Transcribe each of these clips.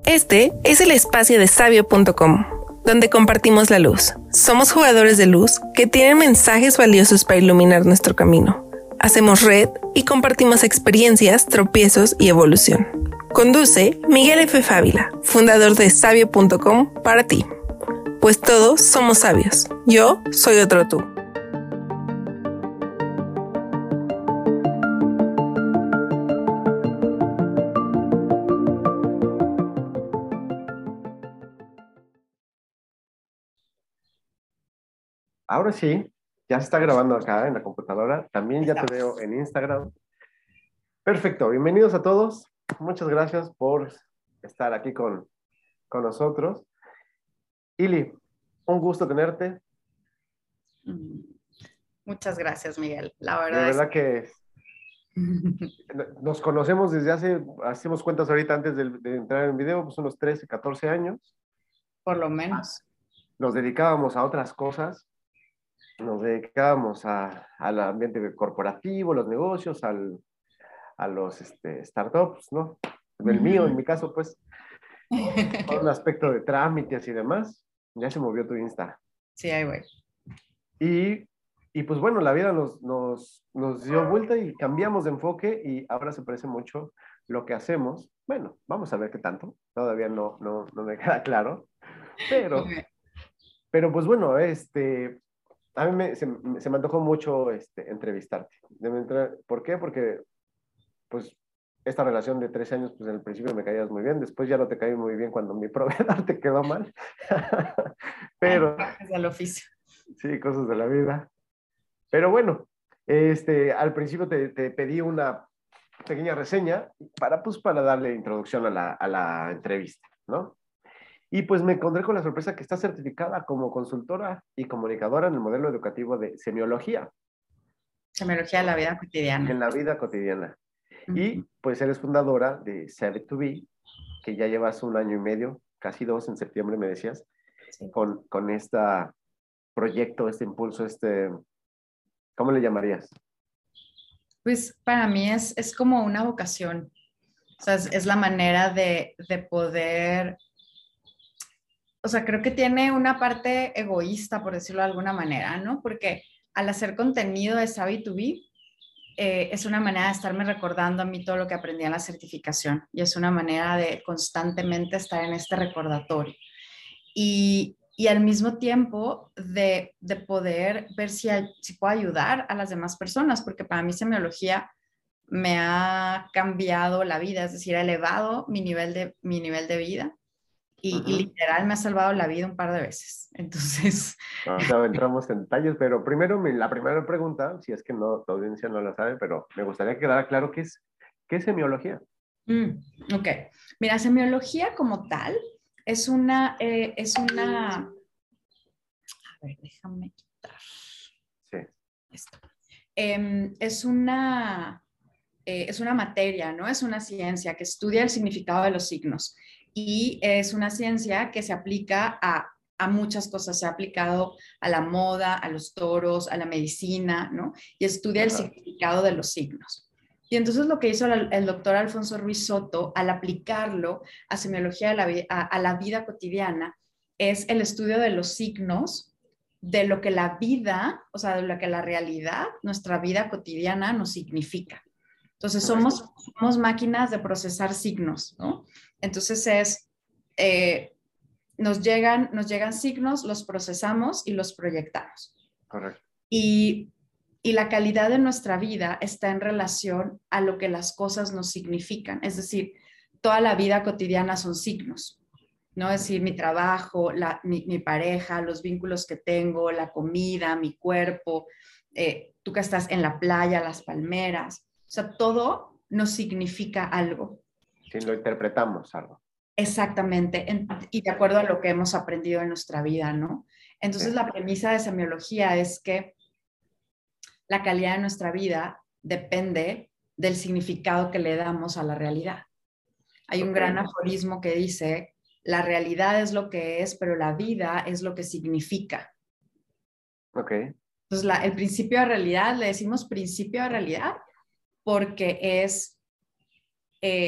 Este es el espacio de sabio.com, donde compartimos la luz. Somos jugadores de luz que tienen mensajes valiosos para iluminar nuestro camino. Hacemos red y compartimos experiencias, tropiezos y evolución. Conduce Miguel F. Fávila, fundador de sabio.com para ti. Pues todos somos sabios. Yo soy otro tú. Ahora sí, ya se está grabando acá en la computadora. También ya te veo en Instagram. Perfecto, bienvenidos a todos. Muchas gracias por estar aquí con nosotros. Ili, un gusto tenerte. Muchas gracias, Miguel. La De verdad verdad que nos conocemos desde hacemos cuentas ahorita antes de entrar en video, pues unos 13, 14 años. por lo menos. Nos dedicábamos a otras cosas. Nos dedicábamos al ambiente corporativo, los negocios, a los startups, ¿no? El mío, en mi caso, pues, por un aspecto de trámites y demás, ya se movió tu Insta. Sí, ahí voy. Y pues bueno, la vida nos dio vuelta y cambiamos de enfoque y ahora se parece mucho lo que hacemos. Bueno, vamos a ver qué tanto. Todavía no me queda claro. Pero pues bueno, a mí se me antojó mucho entrevistarte. ¿Por qué? Porque pues esta relación de 13 años, pues en el principio me caías muy bien, después ya no te caí muy bien cuando mi proveedor te quedó mal. Pero Es del oficio. sí, cosas de la vida. Pero bueno, al principio te pedí una pequeña reseña para darle introducción a la entrevista, ¿no? Y pues me encontré con la sorpresa que está certificada como consultora y comunicadora en el modelo educativo de semiología. Semiología de la vida cotidiana. En la vida cotidiana. Y pues eres fundadora de Save to Be, que ya llevas 1 año y medio, casi 2 en septiembre me decías, sí, con este proyecto, este impulso, ¿cómo le llamarías? Pues para mí es como una vocación. O sea, es la manera de poder... O sea, creo que tiene una parte egoísta, por decirlo de alguna manera, ¿no? Porque al hacer contenido de Savvy to Be, es una manera de estarme recordando a mí todo lo que aprendí en la certificación y es una manera de constantemente estar en este recordatorio. Y al mismo tiempo de poder ver si puedo ayudar a las demás personas, porque para mí semiología me ha cambiado la vida, es decir, ha elevado mi nivel de vida y literal me ha salvado la vida un par de veces. Entonces... Ahorita entramos en detalles, pero primero la primera pregunta, si es que no, tu audiencia no la sabe, pero me gustaría que quedara claro qué es semiología. Ok, mira, semiología como tal es una... A ver, déjame quitar esto. Es una materia, ¿no? Es una ciencia que estudia el significado de los signos y es una ciencia que se aplica a muchas cosas. Se ha aplicado a la moda, a los toros, a la medicina, ¿no? Y estudia el significado de los signos. Y entonces lo que hizo el doctor Alfonso Ruiz Soto al aplicarlo a semiología a la vida cotidiana es el estudio de los signos de lo que la vida, o sea, de lo que la realidad, nuestra vida cotidiana nos significa. Entonces somos máquinas de procesar signos, ¿no? Entonces nos llegan signos, los procesamos y los proyectamos. Correcto. Y la calidad de nuestra vida está en relación a lo que las cosas nos significan. Es decir, toda la vida cotidiana son signos, ¿no? Es decir, mi trabajo, mi pareja, los vínculos que tengo, la comida, mi cuerpo, tú que estás en la playa, las palmeras. O sea, todo nos significa algo. Sí, lo interpretamos algo. Exactamente, y de acuerdo a lo que hemos aprendido en nuestra vida, ¿no? Entonces, la premisa de semiología es que la calidad de nuestra vida depende del significado que le damos a la realidad. Hay un gran aforismo que dice, la realidad es lo que es, pero la vida es lo que significa. Ok. Entonces, el principio de realidad, le decimos principio de realidad, porque es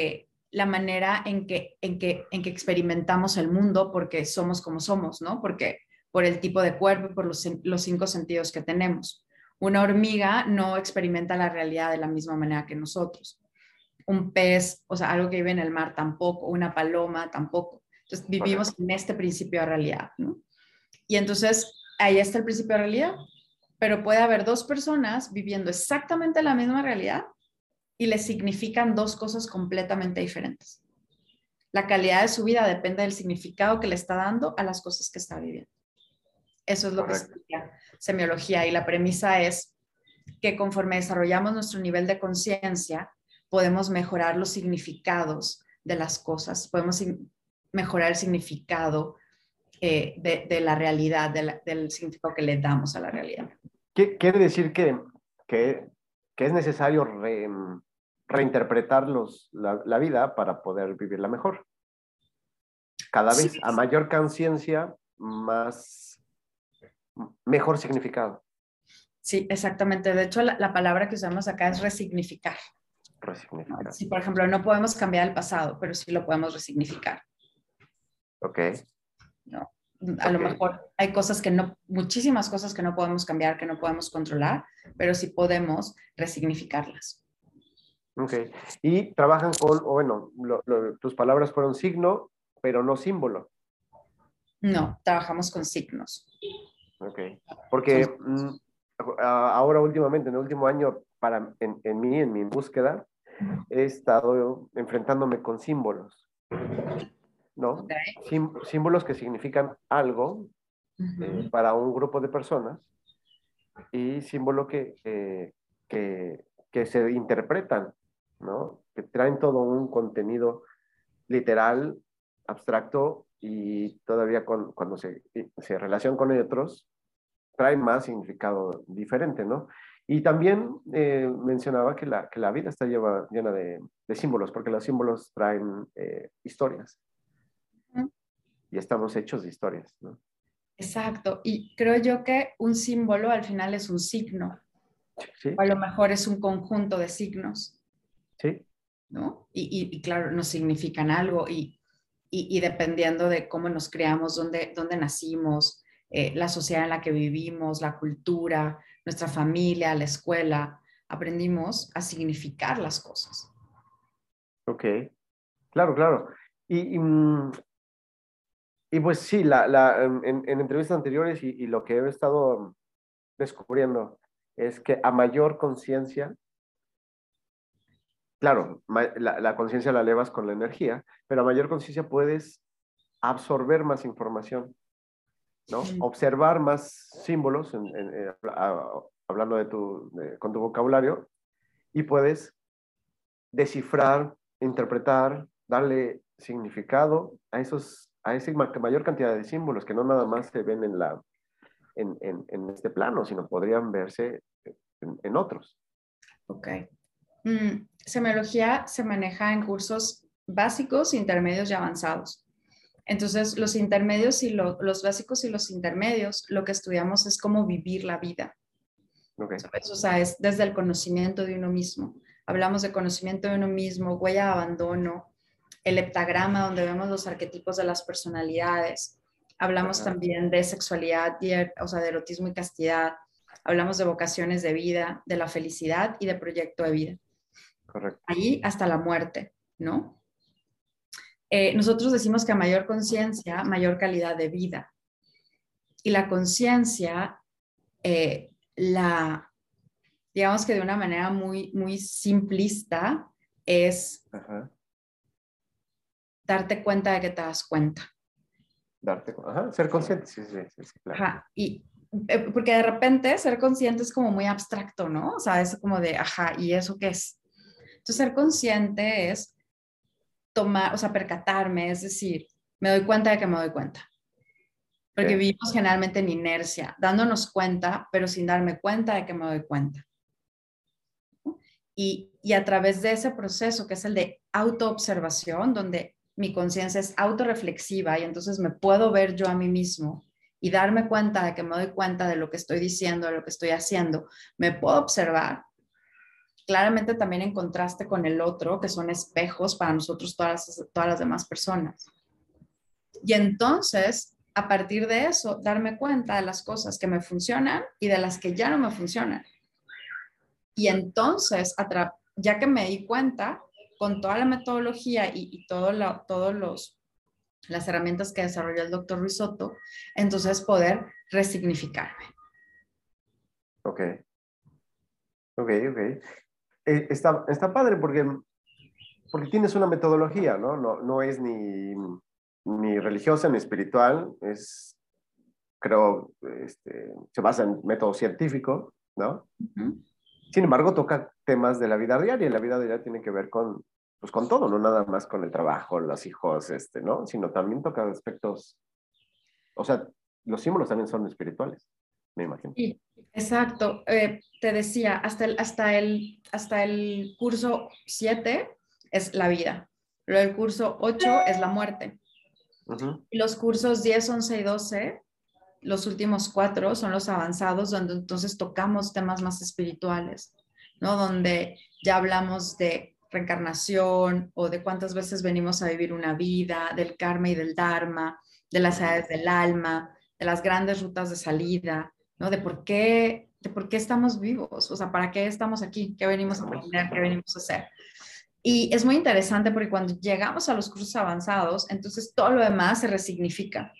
la manera en que experimentamos el mundo porque somos como somos, ¿no? Porque por el tipo de cuerpo y por los 5 sentidos que tenemos. Una hormiga no experimenta la realidad de la misma manera que nosotros. Un pez, o sea, algo que vive en el mar tampoco, una paloma tampoco. Entonces vivimos en este principio de realidad, ¿no? Y entonces ahí está el principio de realidad, pero puede haber 2 personas viviendo exactamente la misma realidad y les significan 2 cosas completamente diferentes. La calidad de su vida depende del significado que le está dando a las cosas que está viviendo. Eso es lo que estudia semiología, y la premisa es que conforme desarrollamos nuestro nivel de conciencia, podemos mejorar los significados de las cosas, podemos mejorar el significado de la realidad, del significado que le damos a la realidad. Quiere decir que es necesario reinterpretar la vida para poder vivirla mejor. Cada vez Sí. a mayor conciencia, mejor significado. Sí, exactamente. De hecho, la palabra que usamos acá es resignificar. Resignificar. ¿No? Sí, por ejemplo, no podemos cambiar el pasado, pero sí lo podemos resignificar. Ok. ¿No? A lo mejor hay cosas muchísimas cosas que no podemos cambiar, que no podemos controlar, pero sí podemos resignificarlas. Ok. Y trabajan tus palabras fueron signo, pero no símbolo. No, trabajamos con signos. Ok. Porque ahora últimamente, en el último año, en mi búsqueda, he estado enfrentándome con símbolos, ¿no? Okay. Símbolos que significan algo para un grupo de personas y símbolos que se interpretan, ¿no? Que traen todo un contenido literal, abstracto, y todavía cuando se relacionan con otros, trae más significado diferente, ¿no? Y también mencionaba que la vida está llena de símbolos, porque los símbolos traen historias. Y estamos hechos de historias, ¿no? Exacto. Y creo yo que un símbolo al final es un signo. Sí. O a lo mejor es un conjunto de signos. Sí. ¿No? Y claro, nos significan algo, y dependiendo de cómo nos creamos, dónde nacimos, la sociedad en la que vivimos, la cultura, nuestra familia, la escuela, aprendimos a significar las cosas. Ok. Claro, claro. Y pues sí, en entrevistas anteriores y lo que he estado descubriendo es que a mayor conciencia, claro, la conciencia la elevas con la energía, pero a mayor conciencia puedes absorber más información, ¿no? Observar más símbolos, hablando con tu vocabulario, y puedes descifrar, interpretar, darle significado a esa mayor cantidad de símbolos que no nada más se ven en este plano, sino podrían verse en otros. Ok. Semiología se maneja en cursos básicos, intermedios y avanzados. Entonces, los intermedios y los básicos y los intermedios, lo que estudiamos es cómo vivir la vida. Okay. ¿Sabes? O sea, es desde el conocimiento de uno mismo. Hablamos de conocimiento de uno mismo, huella de abandono, el heptagrama, donde vemos los arquetipos de las personalidades. Hablamos también de sexualidad, o sea, de erotismo y castidad. Hablamos de vocaciones de vida, de la felicidad y de proyecto de vida. Correcto. Ahí hasta la muerte, ¿no? Nosotros decimos que a mayor conciencia, mayor calidad de vida. Y la conciencia, digamos que de una manera muy, muy simplista, es darte cuenta de que te das cuenta. Ser consciente, sí, claro. Ajá. Y porque de repente ser consciente es como muy abstracto, ¿no? O sea, es como de, ajá, ¿y eso qué es? Entonces, ser consciente es tomar, o sea, percatarme, es decir, me doy cuenta de que me doy cuenta. Porque vivimos generalmente en inercia, dándonos cuenta, pero sin darme cuenta de que me doy cuenta. Y a través de ese proceso, que es el de autoobservación, donde mi conciencia es autorreflexiva y entonces me puedo ver yo a mí mismo y darme cuenta de que me doy cuenta de lo que estoy diciendo, de lo que estoy haciendo, me puedo observar, claramente también en contraste con el otro, que son espejos para nosotros, todas las demás personas. Y entonces, a partir de eso, darme cuenta de las cosas que me funcionan y de las que ya no me funcionan. Y entonces, ya que me di cuenta, con toda la metodología y las herramientas que desarrolló el doctor Risotto, entonces poder resignificarme. Ok, ok, ok. Está padre porque tienes una metodología, ¿no? No es ni religiosa ni espiritual, creo, se basa en método científico, ¿no? Uh-huh. Sin embargo, toca temas de la vida diaria, y la vida diaria tiene que ver pues con todo, no nada más con el trabajo, los hijos, ¿no? Sino también toca aspectos, o sea, los símbolos también son espirituales, me imagino. Sí, exacto. Te decía, hasta el curso 7 es la vida. Luego el curso 8 es la muerte. Uh-huh. Y los cursos 10, 11 y 12, los últimos 4 son los avanzados, donde entonces tocamos temas más espirituales, ¿no? Donde ya hablamos de reencarnación o de cuántas veces venimos a vivir una vida, del karma y del dharma, de las edades del alma, de las grandes rutas de salida, ¿no? De por qué estamos vivos, o sea, ¿para qué estamos aquí? ¿Qué venimos a aprender? ¿Qué venimos a hacer? Y es muy interesante porque cuando llegamos a los cursos avanzados, entonces todo lo demás se resignifica.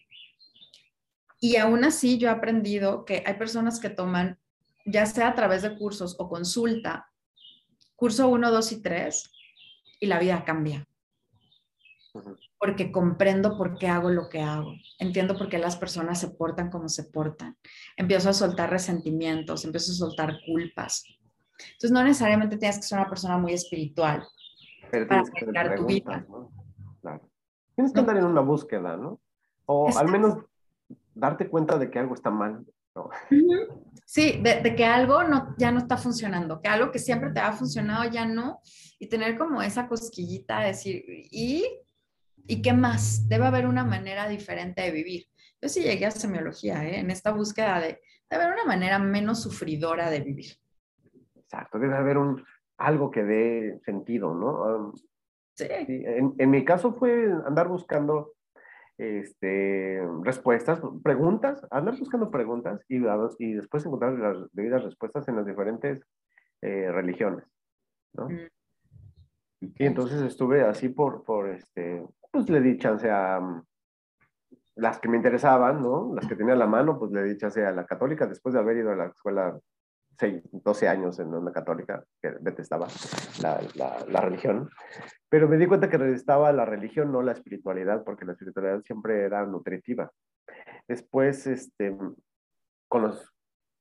Y aún así yo he aprendido que hay personas que toman, ya sea a través de cursos o consulta, curso 1, 2 y 3, y la vida cambia. Porque comprendo por qué hago lo que hago. Entiendo por qué las personas se portan como se portan. Empiezo a soltar resentimientos, empiezo a soltar culpas. Entonces no necesariamente tienes que ser una persona muy espiritual Pero para tienes que hacer cambiar tu vida. preguntas, ¿no? Claro. Tienes que No, andar en una búsqueda, ¿no? O es al menos darte cuenta de que algo está mal, ¿no? Sí, de que algo ya no está funcionando, que algo que siempre te ha funcionado ya no, y tener como esa cosquillita de decir, ¿y qué más? Debe haber una manera diferente de vivir. Yo sí llegué a semiología, ¿eh? En esta búsqueda de haber una manera menos sufridora de vivir. Exacto, debe haber algo que dé sentido, ¿no? Sí. Sí, en mi caso fue andar buscando respuestas, preguntas, andar buscando preguntas y después encontrar las debidas respuestas en las diferentes religiones, ¿no? Y Okay. entonces estuve así pues le di chance a las que me interesaban, ¿no? Las que tenía a la mano, pues le di chance a la católica, después de haber ido a la escuela 12 años en una católica, que detestaba la religión, pero me di cuenta que detestaba la religión, no la espiritualidad, porque la espiritualidad siempre era nutritiva. Después, con los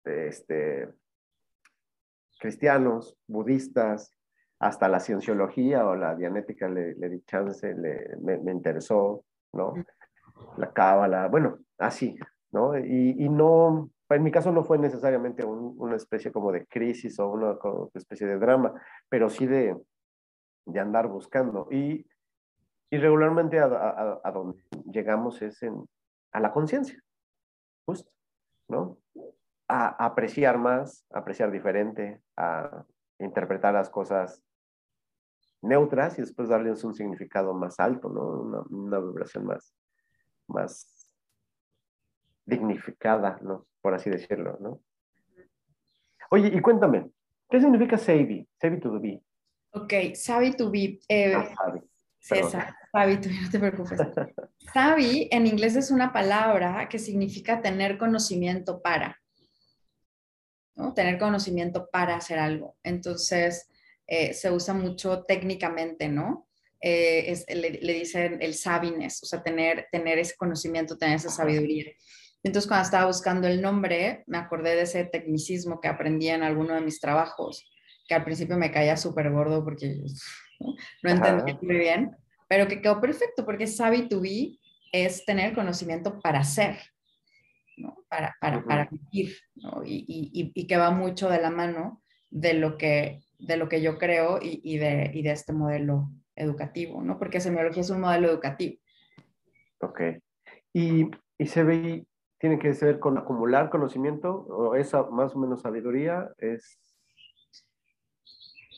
cristianos, budistas, hasta la cienciología o la dianética le di chance, me interesó, ¿no? La cábala, bueno, así, ¿no? Y no, en mi caso no fue necesariamente una especie como de crisis o una especie de drama, pero sí de andar buscando. Y regularmente a donde llegamos es a la conciencia, justo, ¿no? A apreciar más, a apreciar diferente, a interpretar las cosas neutras y después darles un significado más alto, ¿no? Una vibración más dignificada, ¿no? Por así decirlo, ¿no? Oye, y cuéntame, ¿qué significa Savvy? Savvy to be. Ok, savvy to be. Savvy, perdón. César, savvy to be, no te preocupes. Savvy en inglés es una palabra que significa tener conocimiento para, ¿no? Tener conocimiento para hacer algo. Entonces, se usa mucho técnicamente, ¿no? Le dicen el savviness, o sea, tener ese conocimiento, tener esa sabiduría. Entonces, cuando estaba buscando el nombre, me acordé de ese tecnicismo que aprendí en alguno de mis trabajos, que al principio me caía súper gordo porque no entendía Ajá. muy bien, pero que quedó perfecto porque savvy to be es tener conocimiento para ser, ¿no? Para vivir, ¿no? Y que va mucho de la mano de lo que yo creo y de este modelo educativo, ¿no? Porque semiología es un modelo educativo. Ok. ¿Y, y Savvy tiene que ver con acumular conocimiento o esa más o menos sabiduría? Es...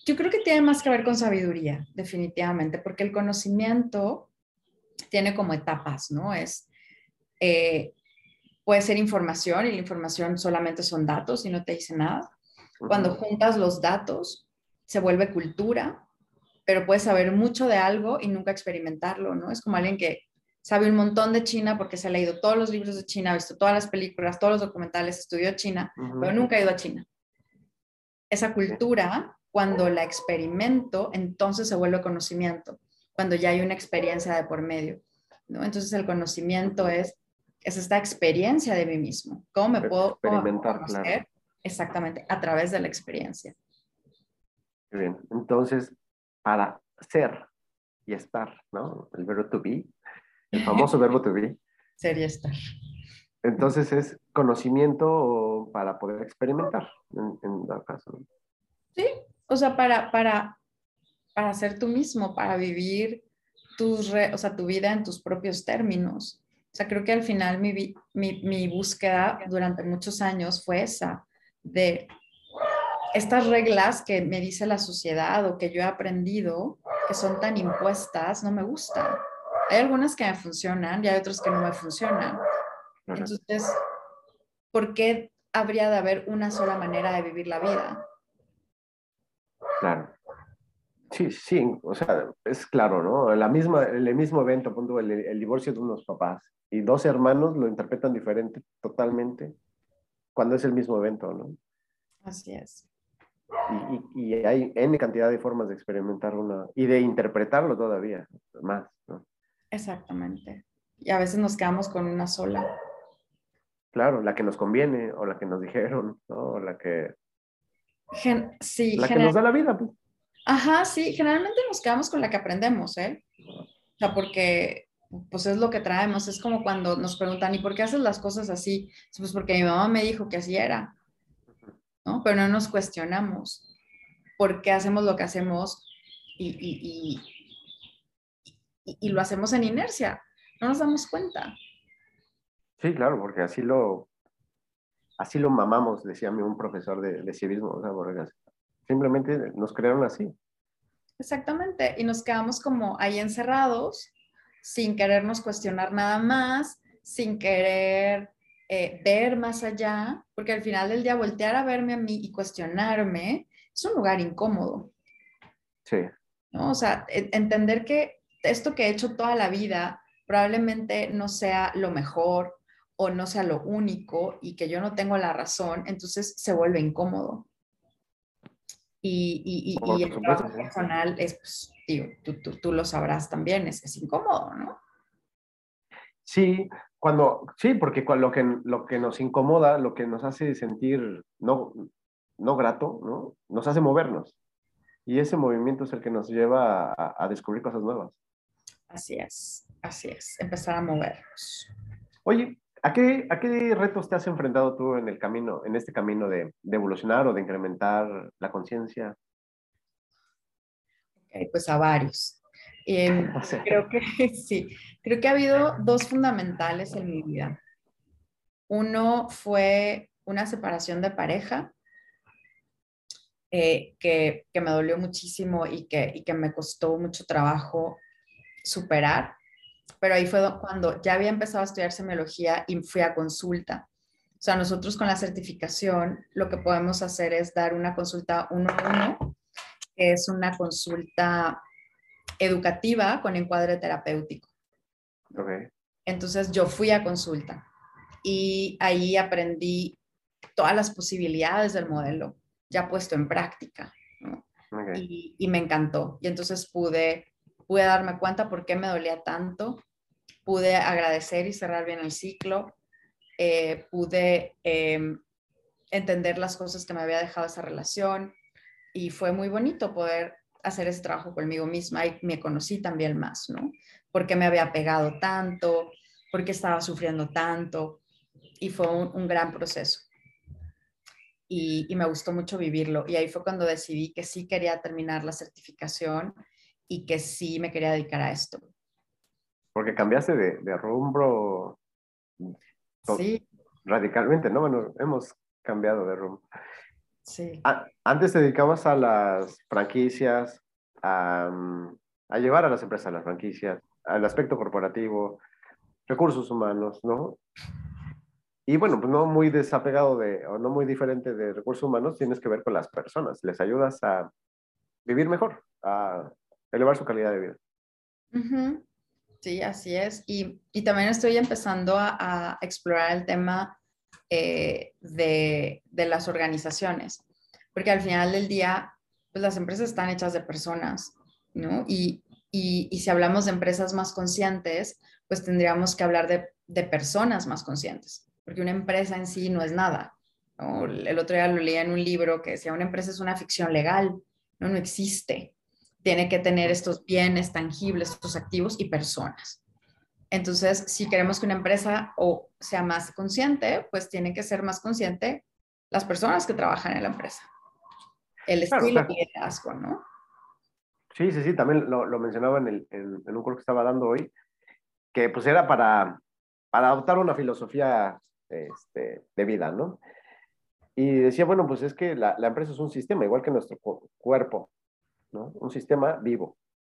Yo creo que tiene más que ver con sabiduría, definitivamente, porque el conocimiento tiene como etapas, ¿no? Eh, puede ser información y la información solamente son datos y no te dice nada. Cuando juntas los datos, se vuelve cultura, pero puedes saber mucho de algo y nunca experimentarlo, ¿no? Es como alguien que sabe un montón de China porque se ha leído todos los libros de China, ha visto todas las películas, todos los documentales, estudió China, pero nunca ha ido a China. Esa cultura, cuando la experimento, entonces se vuelve conocimiento, cuando ya hay una experiencia de por medio, ¿no? Entonces el conocimiento es esta experiencia de mí mismo. ¿Cómo me puedo Experimentar, conocer? claro. Exactamente, a través de la experiencia. Muy bien. Entonces, para ser y estar, ¿no? El verbo to be, el famoso verbo to be. Sería estar. Entonces es conocimiento para poder experimentar, en dado caso, ¿no? Sí, o sea, para ser tú mismo, para vivir o sea, tu vida en tus propios términos. O sea, creo que al final mi búsqueda durante muchos años fue esa, de estas reglas que me dice la sociedad o que yo he aprendido, que son tan impuestas, no me gustan. Hay algunas que me funcionan y hay otras que no me funcionan. Claro. Entonces, ¿por qué habría de haber una sola manera de vivir la vida? Claro. Sí, sí, o sea, es claro, ¿no? El mismo evento, punto, el divorcio de unos papás y dos hermanos lo interpretan diferente totalmente cuando es el mismo evento, ¿no? Así es. Y hay N cantidad de formas de experimentar una y de interpretarlo todavía más, ¿no? Exactamente. Y a veces nos quedamos con una sola. Claro, la que nos conviene o la que nos dijeron, ¿no? O Sí, la que nos da la vida, pues. ajá, sí, generalmente nos quedamos con la que aprendemos, ¿eh? O sea, porque pues es lo que traemos. Es como cuando nos preguntan, ¿y por qué haces las cosas así? Pues porque mi mamá me dijo que así era, ¿no? Pero no nos cuestionamos por qué hacemos lo que hacemos y, y, y lo hacemos en inercia. No nos damos cuenta. Sí, claro, porque así lo mamamos, decía un profesor de civismo, o sea, porque simplemente nos crearon así. Exactamente. Y nos quedamos como ahí encerrados, sin querernos cuestionar nada más, sin querer ver más allá, porque al final del día voltear a verme a mí y cuestionarme es un lugar incómodo, Sí, ¿no? O sea, entender que esto que he hecho toda la vida probablemente no sea lo mejor o no sea lo único y que yo no tengo la razón, entonces se vuelve incómodo. Y por el supuesto, trabajo sí. personal es, pues, digo, tú lo sabrás también, es incómodo, ¿no? Sí, sí, porque lo que nos incomoda, lo que nos hace sentir no grato, ¿no? Nos hace movernos. Y ese movimiento es el que nos lleva a descubrir cosas nuevas. Así es, empezar a movernos. Oye, ¿a qué retos te has enfrentado tú en el camino, en este camino de evolucionar o de incrementar la conciencia? Pues a varios. Sí. Creo que sí, creo que ha habido dos fundamentales en mi vida. Uno fue una separación de pareja que me dolió muchísimo y que me costó mucho trabajo superar, pero ahí fue cuando ya había empezado a estudiar semiología y fui a consulta. O sea, nosotros con la certificación lo que podemos hacer es dar una consulta uno a uno, que es una consulta educativa con encuadre terapéutico. Okay. Entonces yo fui a consulta y ahí aprendí todas las posibilidades del modelo ya puesto en práctica, ¿no? Okay. Y me encantó. Y entonces pude darme cuenta por qué me dolía tanto, pude agradecer y cerrar bien el ciclo, pude entender las cosas que me había dejado esa relación y fue muy bonito poder hacer ese trabajo conmigo misma y me conocí también más, ¿no? Porque me había pegado tanto, porque estaba sufriendo tanto y fue un gran proceso y me gustó mucho vivirlo y ahí fue cuando decidí que sí quería terminar la certificación y que sí me quería dedicar a esto. Porque cambiaste de rumbo Sí, radicalmente, ¿no? Bueno, hemos cambiado de rumbo. Sí. Antes te dedicabas a las franquicias, a llevar a las empresas a las franquicias, al aspecto corporativo, recursos humanos, ¿no? Y bueno, pues no muy desapegado o no muy diferente de recursos humanos, tienes que ver con las personas. Les ayudas a vivir mejor, a elevar su calidad de vida. Ujú. Sí, así es. Y también estoy empezando a explorar el tema de las organizaciones, porque al final del día, pues las empresas están hechas de personas, ¿no? Y si hablamos de empresas más conscientes, pues tendríamos que hablar de personas más conscientes, porque una empresa en sí no es nada, ¿no? El otro día lo leía en un libro que decía, una empresa es una ficción legal, no, no existe. Tiene que tener estos bienes tangibles, estos activos y personas. Entonces, si queremos que una empresa o sea más consciente, pues tiene que ser más consciente las personas que trabajan en la empresa, el Claro, estilo de claro. liderazgo, ¿no? Sí, sí, sí, también lo mencionaba en un curso que estaba dando hoy, que pues era para adoptar una filosofía de vida, ¿no? Y decía, bueno, pues es que la empresa es un sistema, igual que nuestro cuerpo, ¿no? Un sistema vivo.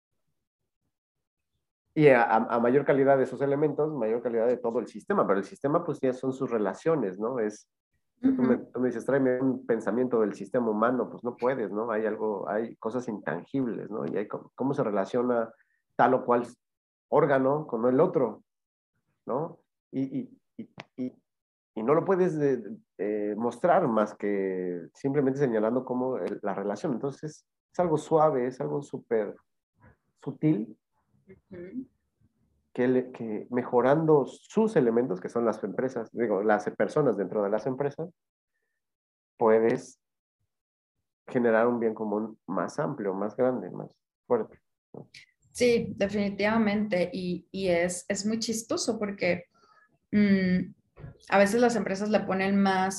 Y a mayor calidad de esos elementos, mayor calidad de todo el sistema, pero el sistema pues ya son sus relaciones, ¿no? Tú me dices, tráeme un pensamiento del sistema humano, pues no puedes, ¿no? Hay cosas intangibles, ¿no? Y hay cómo se relaciona tal o cual órgano con el otro, ¿no? Y y no lo puedes mostrar más que simplemente señalando cómo la relación. Entonces, es algo suave, es algo súper sutil Ujú. que mejorando sus elementos, que son las empresas, digo, las personas dentro de las empresas, puedes generar un bien común más amplio, más grande, más fuerte, ¿no? Sí, definitivamente. Y es muy chistoso porque mm, a veces las empresas le ponen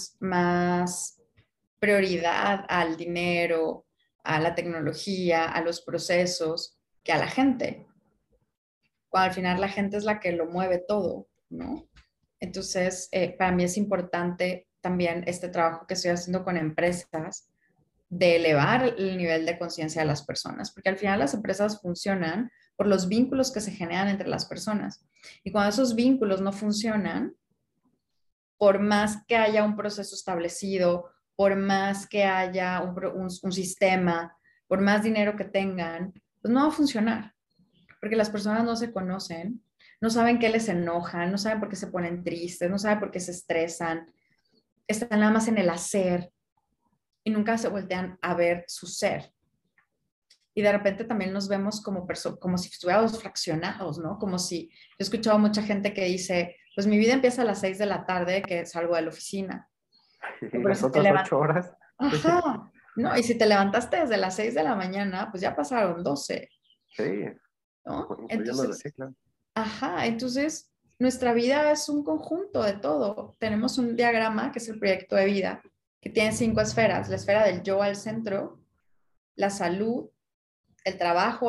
más prioridad al dinero, a la tecnología, a los procesos, que a la gente, cuando al final la gente es la que lo mueve todo, ¿no? Entonces, para mí es importante también este trabajo que estoy haciendo con empresas de elevar el nivel de conciencia de las personas, porque al final las empresas funcionan por los vínculos que se generan entre las personas. Y cuando esos vínculos no funcionan, por más que haya un proceso establecido, por más que haya un sistema, por más dinero que tengan, pues no va a funcionar, porque las personas no se conocen, no saben qué les enoja, no saben por qué se ponen tristes, no saben por qué se estresan, están nada más en el hacer y nunca se voltean a ver su ser. Y de repente también nos vemos como si estuviéramos fraccionados, ¿no? Como si, yo he escuchado a mucha gente que dice, pues mi vida empieza a las 6 de la tarde que salgo de la oficina. Y Pero las si te otras levantas, 8 horas, ajá, no, y si te levantaste desde las 6 de la mañana, pues ya pasaron 12, sí, ¿no? incluyéndolo, Entonces, sí, claro. ajá, entonces nuestra vida es un conjunto de todo. Tenemos un diagrama que es el proyecto de vida, que tiene 5 esferas, la esfera del yo al centro, la salud, el trabajo,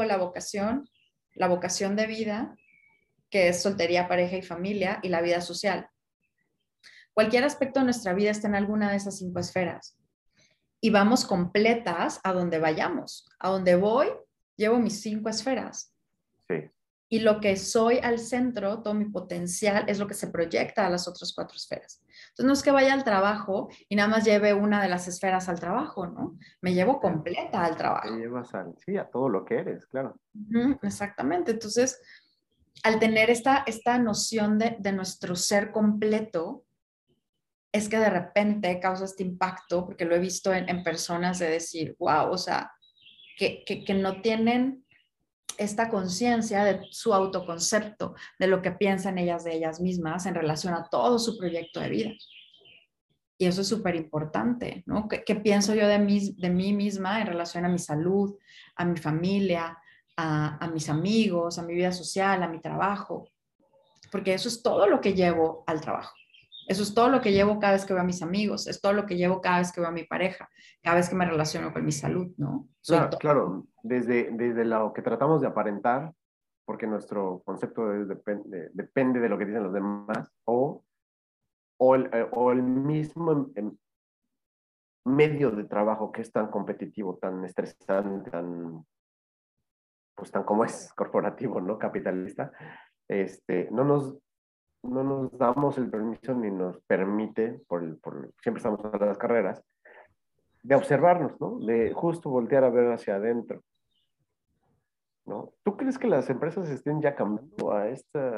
la vocación de vida, que es soltería, pareja y familia, y la vida social. Cualquier aspecto de nuestra vida está en alguna de esas 5 esferas. Y vamos completas a donde vayamos. A donde voy, llevo mis 5 esferas. Sí, Y lo que soy al centro, todo mi potencial, es lo que se proyecta a las otras 4 esferas. Entonces, no es que vaya al trabajo y nada más lleve una de las esferas al trabajo, ¿no? Me llevo sí. completa al Te trabajo. llevas sí, a todo lo que eres, claro. Exactamente. Entonces, al tener esta noción de nuestro ser completo, es que de repente causa este impacto, porque lo he visto en personas de decir, wow, o sea, que no tienen esta conciencia de su autoconcepto, de lo que piensan ellas de ellas mismas en relación a todo su proyecto de vida. Y eso es súper importante, ¿no? ¿Qué pienso yo de mí misma en relación a mi salud, a mi familia, a mis amigos, a mi vida social, a mi trabajo? Porque eso es todo lo que llevo al trabajo. Eso es todo lo que llevo cada vez que veo a mis amigos, es todo lo que llevo cada vez que veo a mi pareja, cada vez que me relaciono con mi salud, ¿no? Soy Claro, todo. claro, desde lo que tratamos de aparentar, porque nuestro concepto depende de lo que dicen los demás, o el mismo medio de trabajo que es tan competitivo, tan estresante, pues tan como es corporativo, ¿no? Capitalista, no nos damos el permiso ni nos permite, siempre estamos a las carreras, de observarnos, ¿no? De justo voltear a ver hacia adentro, ¿no? ¿Tú crees que las empresas estén ya cambiando a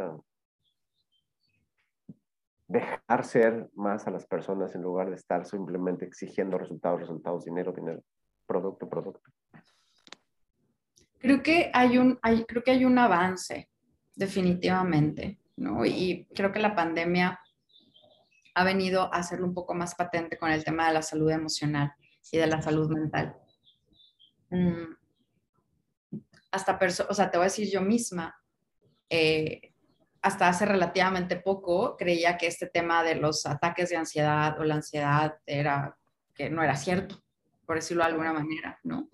dejar ser más a las personas en lugar de estar simplemente exigiendo resultados, dinero, producto? Creo que creo que hay un avance, definitivamente, ¿no? Y creo que la pandemia ha venido a hacerlo un poco más patente con el tema de la salud emocional y de la salud mental. O sea, te voy a decir yo misma, hasta hace relativamente poco creía que este tema de los ataques de ansiedad o la ansiedad que no era cierto, por decirlo de alguna manera, ¿no?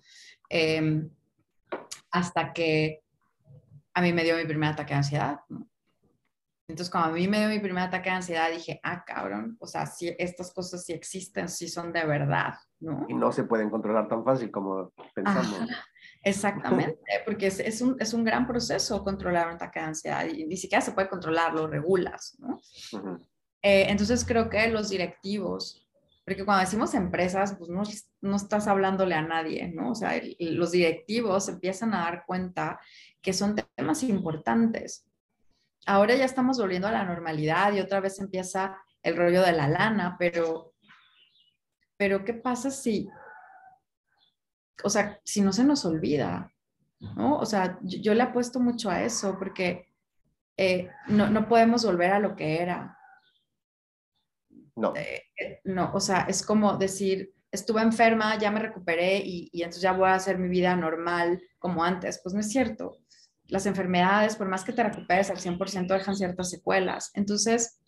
Hasta que a mí me dio mi primer ataque de ansiedad, ¿no? Entonces, cuando a mí me dio mi primer ataque de ansiedad, dije, cabrón, o sea, si estas cosas sí existen, sí son de verdad, ¿no? Y no se pueden controlar tan fácil como pensamos. Exactamente, porque es un gran proceso controlar un ataque de ansiedad y ni siquiera se puede controlar, lo regulas, ¿no? Uh-huh. Entonces, creo que los directivos, porque cuando decimos empresas, pues no estás hablándole a nadie, ¿no? O sea, los directivos empiezan a dar cuenta que son temas importantes. Ahora ya estamos volviendo a la normalidad y otra vez empieza el rollo de la lana, pero ¿qué pasa si no se nos olvida, ¿no? O sea, yo le apuesto mucho a eso porque no podemos volver a lo que era. No. No, o sea, es como decir, estuve enferma, ya me recuperé y entonces ya voy a hacer mi vida normal como antes. Pues no es cierto. Las enfermedades, por más que te recuperes al 100%, dejan ciertas secuelas. Entonces,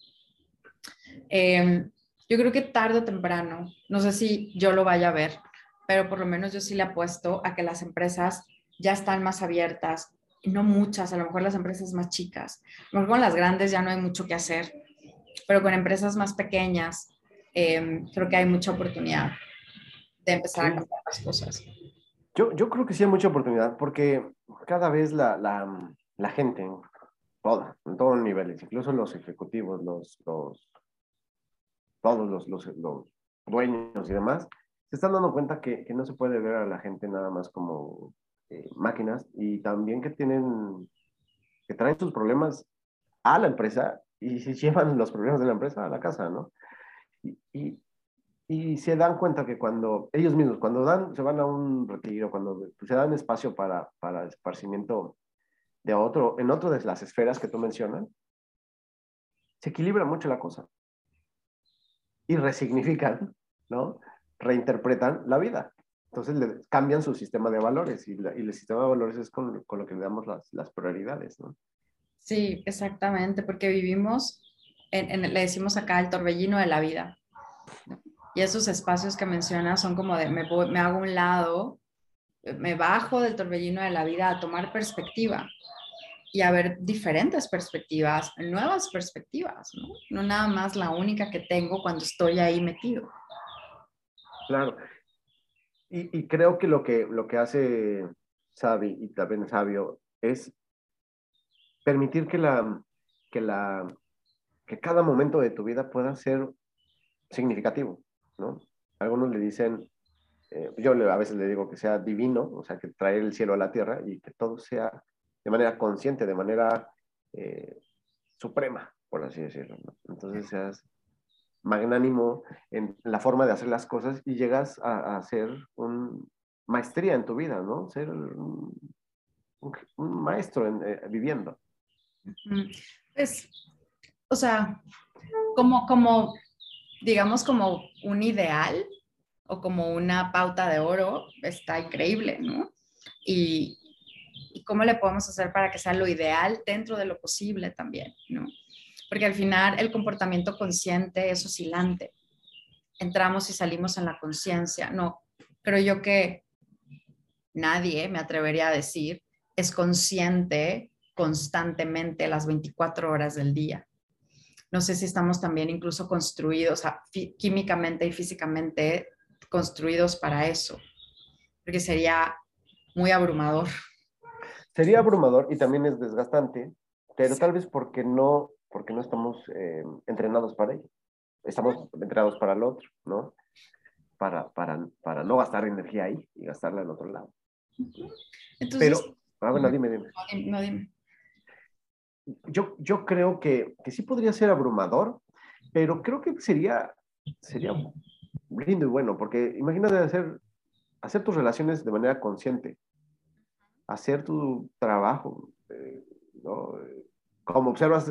yo creo que tarde o temprano, no sé si yo lo vaya a ver, pero por lo menos yo sí le apuesto a que las empresas ya están más abiertas, no muchas, a lo mejor las empresas más chicas, a lo mejor con las grandes ya no hay mucho que hacer, pero con empresas más pequeñas creo que hay mucha oportunidad de empezar a cambiar las cosas. Yo creo que sí hay mucha oportunidad porque cada vez la gente, en todos los niveles, incluso los ejecutivos, todos los dueños y demás, se están dando cuenta que no se puede ver a la gente nada más como máquinas y también que traen sus problemas a la empresa y se llevan los problemas de la empresa a la casa, ¿no? Y se dan cuenta que cuando ellos mismos, se van a un retiro, cuando se dan espacio para esparcimiento en otro de las esferas que tú mencionas, se equilibra mucho la cosa. Y resignifican, ¿no? Reinterpretan la vida. Entonces cambian su sistema de valores y el sistema de valores es con lo que le damos las prioridades, ¿no? Sí, exactamente, porque vivimos, le decimos acá el torbellino de la vida. Y esos espacios que mencionas son como de me hago un lado, me bajo del torbellino de la vida a tomar perspectiva y a ver diferentes perspectivas, nuevas perspectivas, ¿no? No nada más la única que tengo cuando estoy ahí metido. Claro. Y creo que lo que hace Xavi y también Sabio es permitir que cada momento de tu vida pueda ser significativo, ¿no? Algunos le dicen, yo a veces le digo que sea divino, o sea, que traer el cielo a la tierra y que todo sea de manera consciente, de manera suprema, por así decirlo, ¿no? Entonces seas magnánimo en la forma de hacer las cosas y llegas a hacer maestría en tu vida, ¿no? Ser un maestro viviendo. Pues, o sea, digamos, como un ideal o como una pauta de oro, está increíble, ¿no? Y cómo le podemos hacer para que sea lo ideal dentro de lo posible también, ¿no? Porque al final el comportamiento consciente es oscilante. Entramos y salimos en la conciencia. No, creo yo que nadie, me atrevería a decir, es consciente constantemente las 24 horas del día. No sé si estamos también incluso construidos, o sea, químicamente y físicamente construidos para eso, porque sería muy abrumador. Sería abrumador y también es desgastante, pero tal vez porque no estamos entrenados para ello. Estamos entrenados para el otro, ¿no? Para no gastar energía ahí y gastarla en otro lado. Entonces, pero, bueno, dime. No, dime. Yo creo que sí podría ser abrumador, pero creo que sería lindo y bueno, porque imagínate hacer tus relaciones de manera consciente, hacer tu trabajo, ¿no? Como observas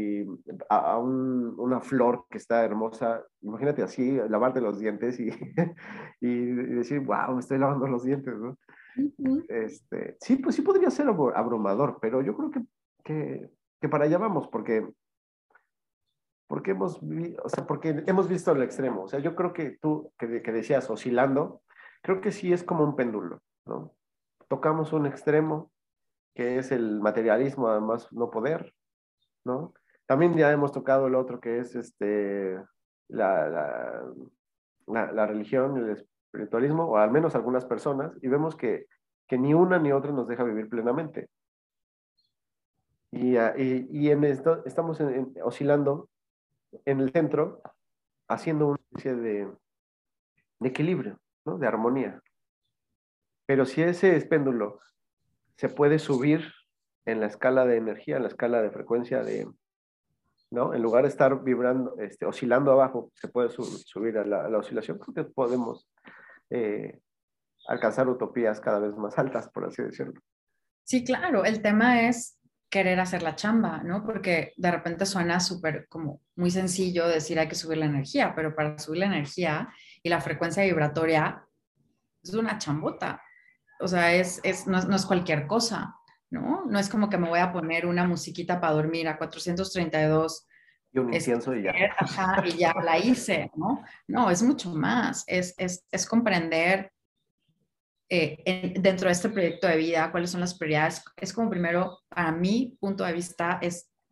una flor que está hermosa, imagínate así, lavarte los dientes y decir, wow, me estoy lavando los dientes, ¿no? Sí, pues sí podría ser abrumador, pero yo creo que para allá vamos, porque hemos visto el extremo. O sea, yo creo que tú, que decías oscilando, creo que sí es como un péndulo, ¿no? Tocamos un extremo, que es el materialismo, además no poder, ¿no? También ya hemos tocado el otro, que es la, la, la religión, el espiritualismo, o al menos algunas personas, y vemos que ni una ni otra nos deja vivir plenamente. Y en esto estamos oscilando en el centro, haciendo una especie de equilibrio, ¿no? De armonía. Pero si ese péndulo se puede subir en la escala de energía, en la escala de frecuencia ¿no? En lugar de estar vibrando, oscilando abajo, se puede subir a la oscilación, creo que podemos alcanzar utopías cada vez más altas, por así decirlo. Sí, claro, el tema es querer hacer la chamba, ¿no? Porque de repente suena súper como muy sencillo decir hay que subir la energía, pero para subir la energía y la frecuencia vibratoria es una chambota. O sea, no es cualquier cosa, ¿no? No es como que me voy a poner una musiquita para dormir a 432. Y un incienso y ya. Ajá, y ya la hice, ¿no? No, es mucho más. Es comprender dentro de este proyecto de vida cuáles son las prioridades. Es como primero, para mi punto de vista,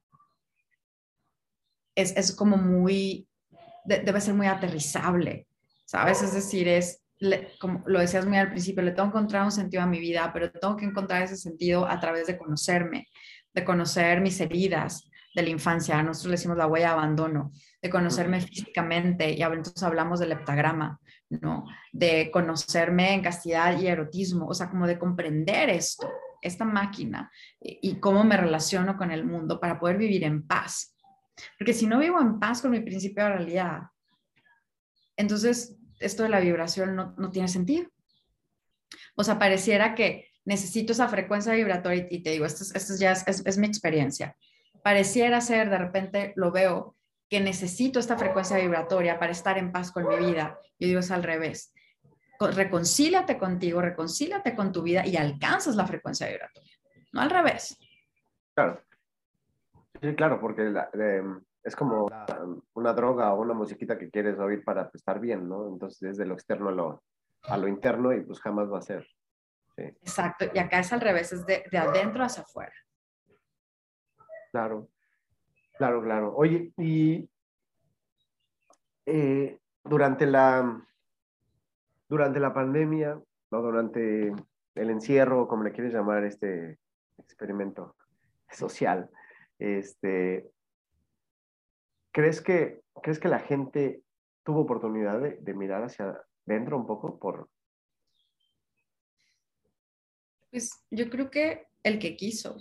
es como muy, debe ser muy aterrizable, ¿sabes? Es decir, como lo decías muy al principio, le tengo que encontrar un sentido a mi vida, pero tengo que encontrar ese sentido a través de conocerme, de conocer mis heridas de la infancia. Nosotros le decimos la huella de abandono, de conocerme físicamente, y entonces hablamos del heptagrama, ¿no? De conocerme en castidad y erotismo, o sea, como de comprender esto, esta máquina, y cómo me relaciono con el mundo para poder vivir en paz. Porque si no vivo en paz con mi principio de realidad, entonces esto de la vibración no tiene sentido. O sea, pareciera que necesito esa frecuencia vibratoria y te digo, esto ya es mi experiencia. Pareciera ser, de repente lo veo, que necesito esta frecuencia vibratoria para estar en paz con mi vida. Yo digo, es al revés. Reconcíliate contigo, reconcíliate con tu vida y alcanzas la frecuencia vibratoria. No al revés. Claro. Sí, claro, porque es como una droga o una musiquita que quieres oír para estar bien, ¿no? Entonces, desde lo externo a lo interno y pues jamás va a ser. Sí. Exacto, y acá es al revés, es de adentro hacia afuera. Claro, claro, claro. Oye, y durante la pandemia, ¿no? Durante el encierro, como le quieres llamar, este experimento social, ¿crees que la gente tuvo oportunidad de mirar hacia adentro un poco Pues yo creo que el que quiso.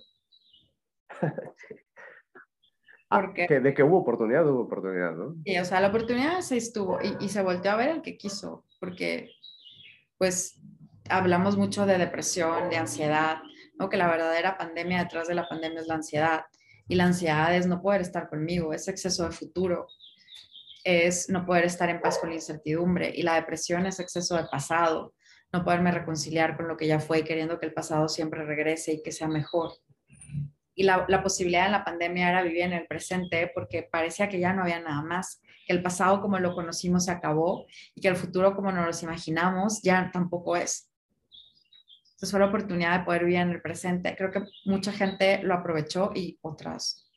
Porque, de que hubo oportunidad, ¿no? o sea, la oportunidad se estuvo y se volteó a ver el que quiso, porque pues hablamos mucho de depresión, de ansiedad, ¿no? Que la verdadera pandemia detrás de la pandemia es la ansiedad. Y la ansiedad es no poder estar conmigo, es exceso de futuro, es no poder estar en paz con la incertidumbre. Y la depresión es exceso de pasado, no poderme reconciliar con lo que ya fue y queriendo que el pasado siempre regrese y que sea mejor. Y la posibilidad en la pandemia era vivir en el presente porque parecía que ya no había nada más, que el pasado como lo conocimos se acabó y que el futuro como nos lo imaginamos ya tampoco es. Entonces fue la oportunidad de poder vivir en el presente. Creo que mucha gente lo aprovechó y otras,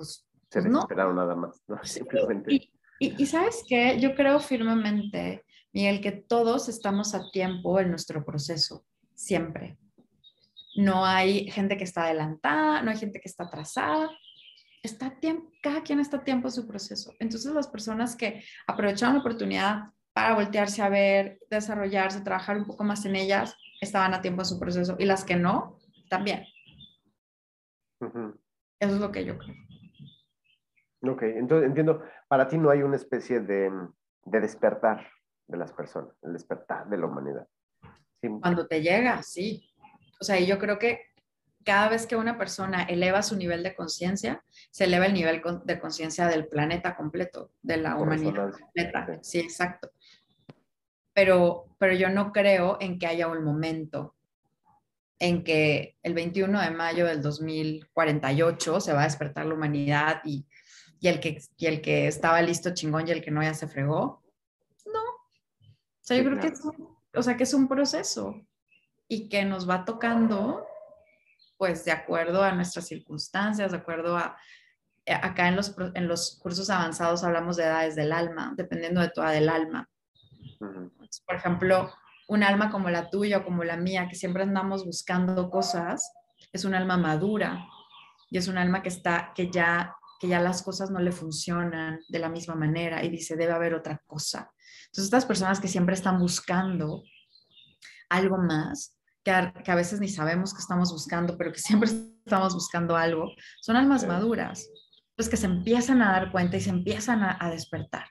Se no. desesperaron nada más, ¿no? Simplemente. Y ¿sabes qué? Yo creo firmemente, Miguel, que todos estamos a tiempo en nuestro proceso, siempre. No hay gente que está adelantada, no hay gente que está atrasada. Está a tiempo, cada quien está a tiempo en su proceso. Entonces, las personas que aprovecharon la oportunidad para voltearse a ver, desarrollarse, trabajar un poco más en ellas, estaban a tiempo en su proceso. Y las que no, también. Ujú. Eso es lo que yo creo. Ok, entonces entiendo, para ti no hay una especie de despertar de las personas, el despertar de la humanidad. Sí. Cuando te llega, sí. O sea, y yo creo que cada vez que una persona eleva su nivel de conciencia, se eleva el nivel de conciencia del planeta completo, de la Por humanidad resonancia. completa. Sí. Sí, exacto. Pero yo no creo en que haya un momento en que el 21 de mayo del 2048 se va a despertar la humanidad y el que estaba listo chingón y el que no ya se fregó. No. O sea, yo Sí, creo que claro. o sea, que es un proceso y que nos va tocando pues de acuerdo a nuestras circunstancias, de acuerdo a, acá en los cursos avanzados hablamos de edades del alma, dependiendo de tu edad del alma. Ujú. Por ejemplo, un alma como la tuya o como la mía, que siempre andamos buscando cosas, es un alma madura y es un alma que ya las cosas no le funcionan de la misma manera y dice, debe haber otra cosa. Entonces, estas personas que siempre están buscando algo más, que a veces ni sabemos que estamos buscando, pero que siempre estamos buscando algo, son almas Sí. maduras, pues que se empiezan a dar cuenta y se empiezan a despertar.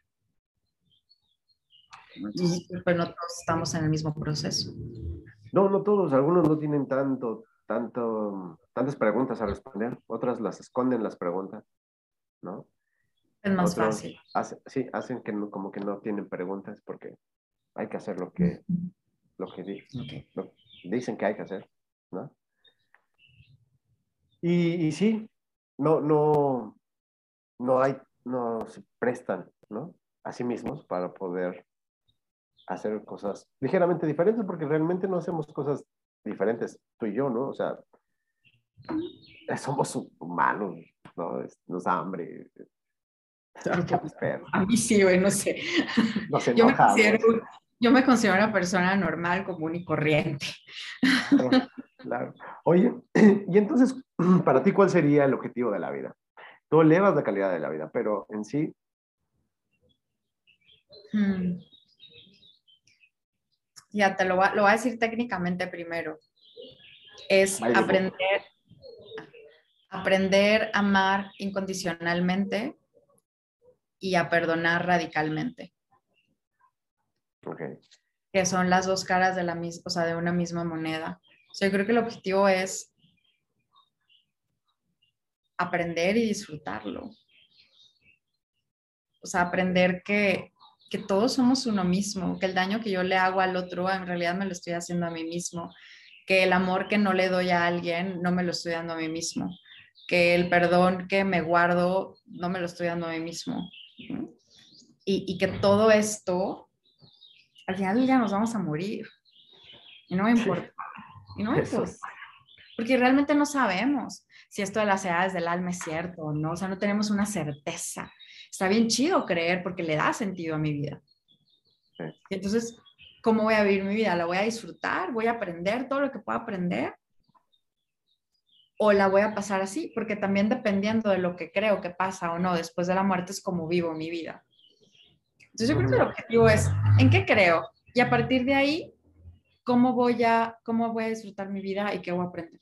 Entonces, Y pues no todos estamos en el mismo proceso. no todos, algunos no tienen tantas preguntas a responder, otras las esconden las preguntas, ¿no? Es más Otros fácil. sí, hacen que como que no tienen preguntas porque hay que hacer lo que Okay. dicen que hay que hacer, ¿no? Y sí, no, no, no hay, no se prestan, ¿no? A sí mismos para poder hacer cosas ligeramente diferentes, porque realmente no hacemos cosas diferentes, tú y yo, ¿no? O sea, somos humanos, ¿no? Nos da hambre, somos perros, A mí sí, güey, no sé. nos Yo me enojamos. considero, yo me considero una persona normal, común y corriente. Claro, claro. Oye, y entonces, para ti, ¿cuál sería el objetivo de la vida? Tú elevas la calidad de la vida, pero en sí, Hmm. Ya lo voy a decir técnicamente primero. Es by the book. aprender a amar incondicionalmente y a perdonar radicalmente, Okay. que son las dos caras de la misma, o sea, de una misma moneda. O sea, yo creo que el objetivo es aprender y disfrutarlo. O sea, aprender que todos somos uno mismo, que el daño que yo le hago al otro en realidad me lo estoy haciendo a mí mismo, que el amor que no le doy a alguien no me lo estoy dando a mí mismo, que el perdón que me guardo no me lo estoy dando a mí mismo. Y que todo esto, al final del día nos vamos a morir. Y no me Sí, importa. Y no me eso importa. es. Porque realmente no sabemos si esto de las edades del alma es cierto o no. O sea, no tenemos una certeza. Está bien chido creer porque le da sentido a mi vida. Sí. Y entonces, ¿cómo voy a vivir mi vida? ¿La voy a disfrutar? ¿Voy a aprender todo lo que pueda aprender? ¿O la voy a pasar así? Porque también dependiendo de lo que creo que pasa o no después de la muerte es como vivo mi vida. Entonces yo creo que el objetivo es, ¿en qué creo? Y a partir de ahí, cómo voy a disfrutar mi vida y qué voy a aprender?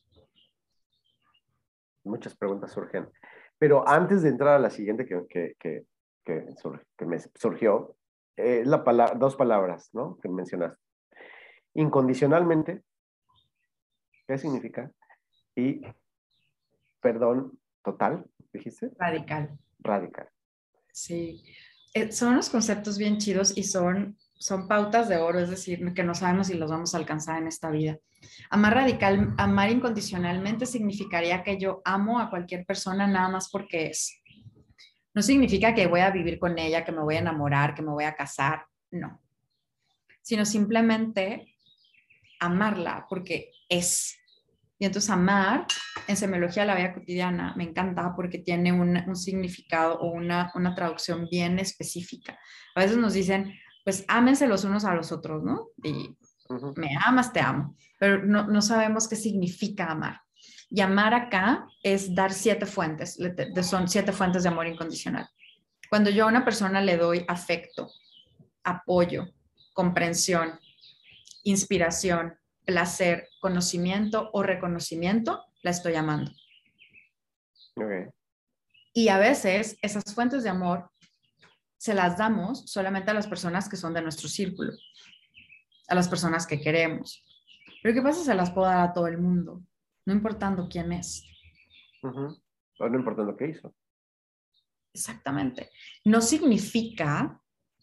Muchas preguntas surgen. Pero antes de entrar a la siguiente que me surgió, dos palabras, ¿no? Que mencionaste. Incondicionalmente, ¿qué significa? Y perdón total, dijiste, Radical. radical. Sí. Son unos conceptos bien chidos y son pautas de oro, es decir, que no sabemos si los vamos a alcanzar en esta vida. Amar radical, amar incondicionalmente significaría que yo amo a cualquier persona nada más porque es. No significa que voy a vivir con ella, que me voy a enamorar, que me voy a casar, no. Sino simplemente amarla porque es. Y entonces amar en semiología de la vida cotidiana me encanta porque tiene un significado o una traducción bien específica. A veces nos dicen, pues ámense los unos a los otros, ¿no? Y Ujú. me amas, te amo, pero no sabemos qué significa amar. Y amar acá es dar 7 fuentes, son 7 fuentes de amor incondicional. Cuando yo a una persona le doy afecto, apoyo, comprensión, inspiración, placer, conocimiento o reconocimiento, la estoy amando. Okay. Y a veces esas fuentes de amor se las damos solamente a las personas que son de nuestro círculo, a las personas que queremos. Pero ¿qué pasa si se las puedo dar a todo el mundo? No importando quién es. Ujú. O no importa lo que hizo. Exactamente. No significa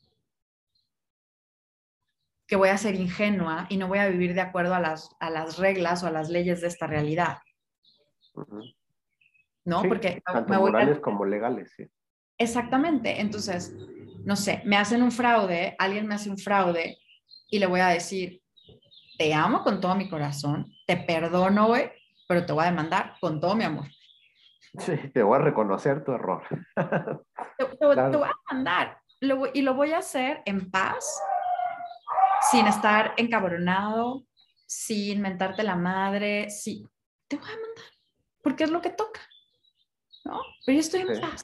que voy a ser ingenua y no voy a vivir de acuerdo a las reglas o a las leyes de esta realidad, Ujú. ¿no? Sí, Porque tanto me voy a... morales como legales, sí. Exactamente. Entonces, no sé, me hacen un fraude, alguien me hace un fraude y le voy a decir, te amo con todo mi corazón, te perdono, güey, pero te voy a demandar con todo mi amor. Sí, te voy a reconocer tu error. Te Claro. voy a demandar y lo voy a hacer en paz, sin estar encabronado, sin mentarte la madre, sí, te voy a demandar, porque es lo que toca, ¿no? Pero yo estoy en Sí, paz,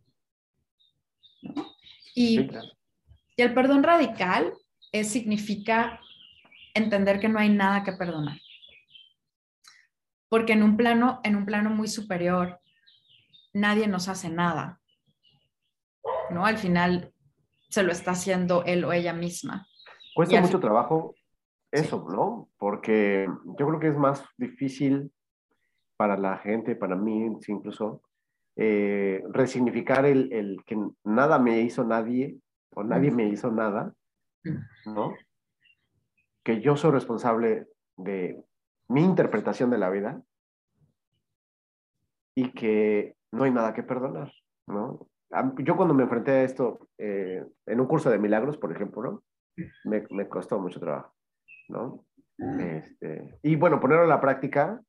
¿no? sí, Y, claro. y el perdón radical significa entender que no hay nada que perdonar. Porque en un plano muy superior, nadie nos hace nada, ¿no? Al final se lo está haciendo él o ella misma. Y Cuesta al mucho final, trabajo sí. eso, ¿no? Porque yo creo que es más difícil para la gente, para mí sí, incluso, resignificar el que nada me hizo nadie o nadie me hizo nada, ¿no? Que yo soy responsable de mi interpretación de la vida y que no hay nada que perdonar, ¿no? Yo cuando me enfrenté a esto en un curso de milagros, por ejemplo, ¿no? Me costó mucho trabajo, ¿no? Y bueno, ponerlo a la práctica,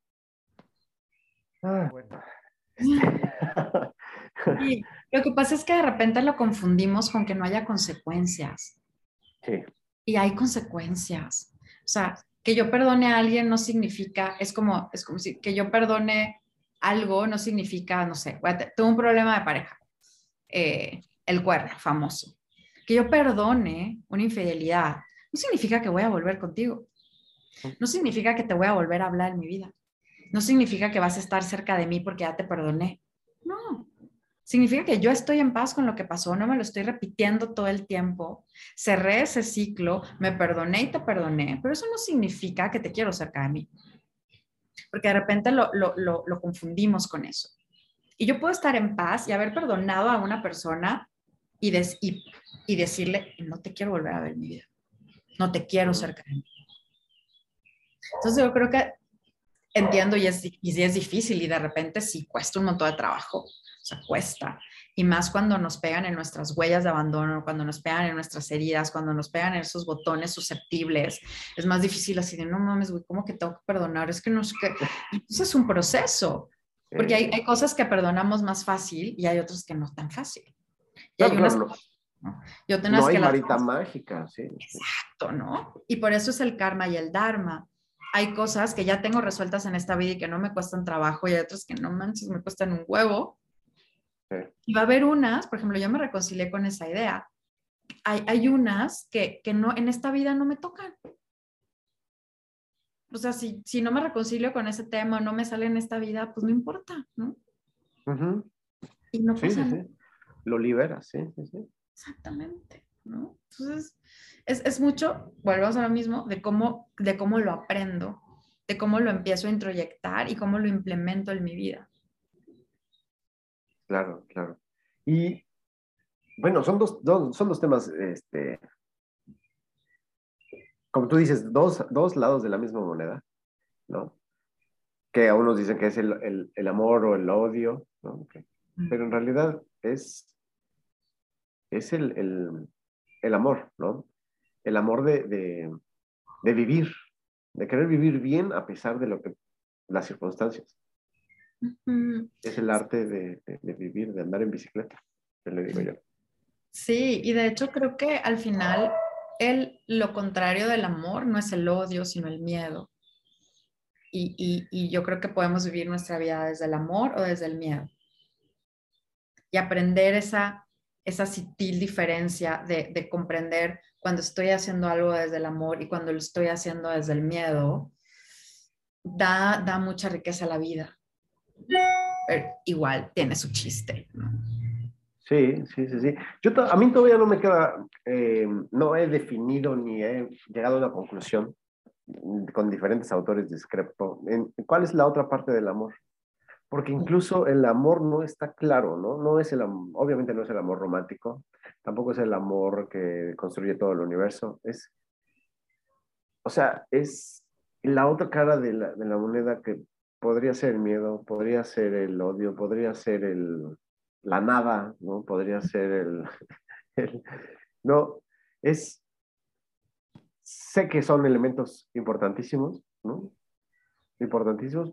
bueno, este, Y lo que pasa es que de repente lo confundimos con que no haya consecuencias. sí, Y hay consecuencias. O sea, que yo perdone a alguien no significa, es como si que yo perdone algo no significa, no sé, tengo un problema de pareja, el cuerno famoso. Que yo perdone una infidelidad no significa que voy a volver contigo. No significa que te voy a volver a hablar en mi vida. No significa que vas a estar cerca de mí porque ya te perdoné. No, significa que yo estoy en paz con lo que pasó, no me lo estoy repitiendo todo el tiempo, cerré ese ciclo, me perdoné y te perdoné, pero eso no significa que te quiero cerca de mí, porque de repente lo confundimos con eso. Y yo puedo estar en paz y haber perdonado a una persona y decirle, no te quiero volver a ver en mi vida, no te quiero cerca de mí. Entonces yo creo que entiendo y sí es difícil y de repente sí cuesta un montón de trabajo, o sea, cuesta. Y más cuando nos pegan en nuestras huellas de abandono, cuando nos pegan en nuestras heridas, cuando nos pegan en esos botones susceptibles, es más difícil así de, no mames, güey, ¿cómo que tengo que perdonar? Es que no es que... Y eso es un proceso, porque hay cosas que perdonamos más fácil y hay otras que no tan fácil. Y claro, hay claro, unas, no, ¿no? Y no otras hay que las... varita mágica, sí, sí. Exacto, ¿no? Y por eso es el karma y el dharma. Hay cosas que ya tengo resueltas en esta vida y que no me cuestan trabajo y hay otras que no manches, me cuestan un huevo. Sí. Y va a haber unas, por ejemplo, yo me reconcilié con esa idea. Hay unas que no, en esta vida no me tocan. O sea, si no me reconcilio con ese tema, no me sale en esta vida, pues no importa, ¿no? Ujú. Y no Sí, pasa sí, nada. sí. Lo liberas, sí, sí, sí. Exactamente, ¿no? Entonces, es mucho, volvemos a lo mismo, de cómo lo aprendo, de cómo lo empiezo a introyectar y cómo lo implemento en mi vida. Claro, claro. Y bueno, son dos temas, como tú dices, dos lados de la misma moneda, ¿no? Que a unos dicen que es el amor o el odio, ¿no? Okay. Pero en realidad es el amor, ¿no? El amor de vivir, de querer vivir bien a pesar de lo que las circunstancias. Mm, Es el arte de vivir, de andar en bicicleta, que le digo yo. sí, y de hecho creo que al final lo contrario del amor no es el odio, sino el miedo. Y yo creo que podemos vivir nuestra vida desde el amor o desde el miedo. Y aprender esa sutil diferencia de comprender cuando estoy haciendo algo desde el amor y cuando lo estoy haciendo desde el miedo, da mucha riqueza a la vida. Pero igual tiene su chiste, ¿no? Sí, sí, sí, sí. A mí todavía no me queda, no he definido ni he llegado a una conclusión. Con diferentes autores discrepo en cuál es la otra parte del amor. Porque incluso el amor no está claro, ¿no? No es obviamente no es el amor romántico, tampoco es el amor que construye todo el universo. O sea, es la otra cara de la moneda que podría ser el miedo, podría ser el odio, podría ser la nada, ¿no? Podría ser no, sé que son elementos importantísimos, ¿no? Importantísimos,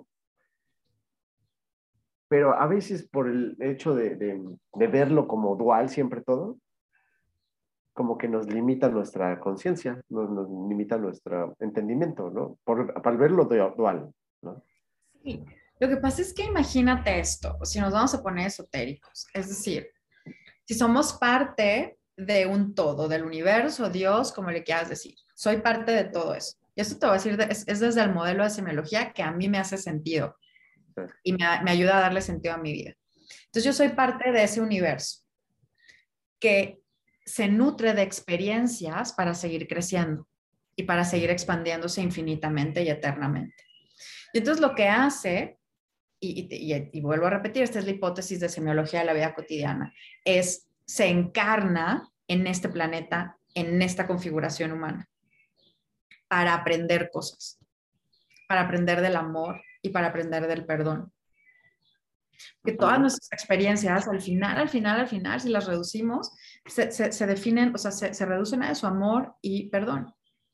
pero a veces por el hecho de verlo como dual siempre todo, como que nos limita nuestra conciencia, nos limita nuestro entendimiento, ¿no? Para verlo dual, ¿no? Sí. Lo que pasa es que imagínate esto, si nos vamos a poner esotéricos, es decir, si somos parte de un todo, del universo, Dios, como le quieras decir, soy parte de todo eso. Y esto te voy a decir, es desde el modelo de semiología que a mí me hace sentido y me ayuda a darle sentido a mi vida. Entonces yo soy parte de ese universo que se nutre de experiencias para seguir creciendo y para seguir expandiéndose infinitamente y eternamente. Y entonces lo que hace, y vuelvo a repetir, esta es la hipótesis de semiología de la vida cotidiana, se encarna en este planeta, en esta configuración humana, para aprender cosas, para aprender del amor y para aprender del perdón. Que todas nuestras experiencias, al final, si las reducimos, se definen, o sea, se reducen a eso, amor y perdón.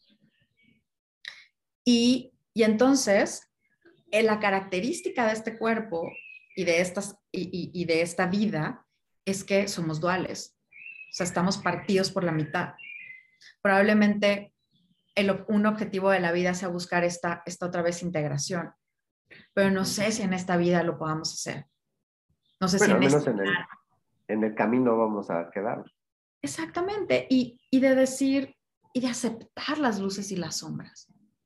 Y entonces, la característica de este cuerpo y de esta vida es que somos duales. O sea, estamos partidos por la mitad. Probablemente un objetivo de la vida sea buscar esta otra vez integración. Pero no sé si en esta vida lo podamos hacer. No sé si al menos en el camino vamos a quedar. Exactamente. Y de decir y de aceptar las luces y las sombras.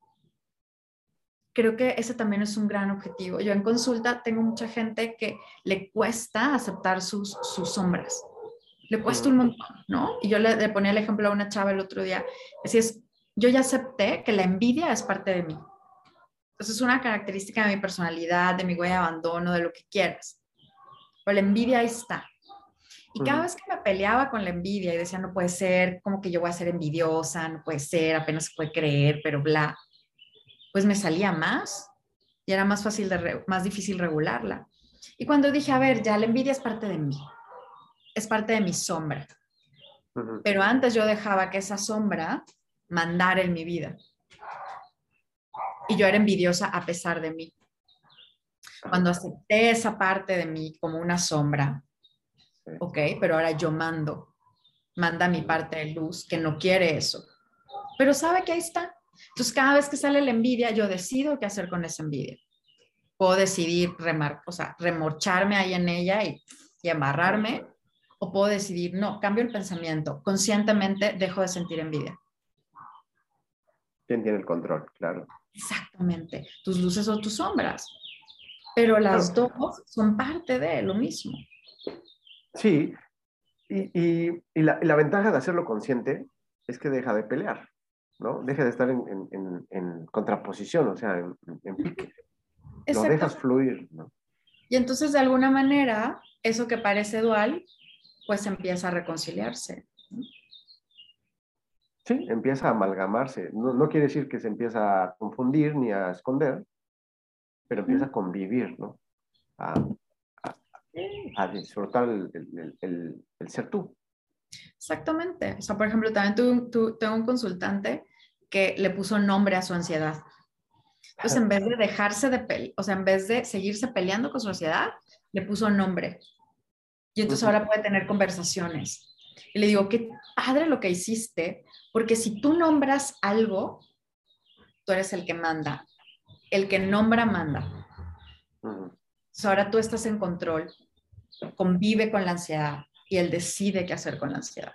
Creo que ese también es un gran objetivo. Yo en consulta tengo mucha gente que le cuesta aceptar sus sombras. Le cuesta un montón, ¿no? Y yo le ponía el ejemplo a una chava el otro día. Yo ya acepté que la envidia es parte de mí. Entonces es una característica de mi personalidad, de mi huella de abandono, de lo que quieras. Pero la envidia ahí está. Y cada vez que me peleaba con la envidia y decía, no puede ser, como que yo voy a ser envidiosa, no puede ser, apenas se puede creer, pero bla, pues me salía más y era más fácil, más difícil regularla. Y cuando dije, a ver, ya la envidia es parte de mí, es parte de mi sombra. Pero antes yo dejaba que esa sombra mandara en mi vida. Y yo era envidiosa a pesar de mí. Cuando acepté esa parte de mí como una sombra, ok, pero ahora yo manda mi parte de luz que no quiere eso. Pero sabe que ahí está. Entonces cada vez que sale la envidia, yo decido qué hacer con esa envidia. Puedo decidir remorcharme ahí en ella y embarrarme, o puedo decidir, no, cambio el pensamiento. Conscientemente dejo de sentir envidia. ¿Quién tiene el control? Claro. Exactamente. Tus luces o tus sombras. Pero las dos son parte de lo mismo. Sí, y la ventaja de hacerlo consciente es que deja de pelear, ¿no? Deja de estar en contraposición, o sea, en pique. Lo dejas fluir, ¿no? Y entonces, de alguna manera, eso que parece dual, pues empieza a reconciliarse. Sí, empieza a amalgamarse. No quiere decir que se empieza a confundir ni a esconder, pero empieza a convivir, ¿no? A disfrutar el ser tú. Exactamente. O sea, por ejemplo, también tengo un consultante que le puso nombre a su ansiedad. Entonces, en vez de dejarse en vez de seguirse peleando con su ansiedad, le puso nombre. Y entonces ahora puede tener conversaciones. Y le digo, qué padre lo que hiciste, porque si tú nombras algo, tú eres el que manda. El que nombra, manda. Entonces, ahora tú estás en control, convive con la ansiedad y él decide qué hacer con la ansiedad.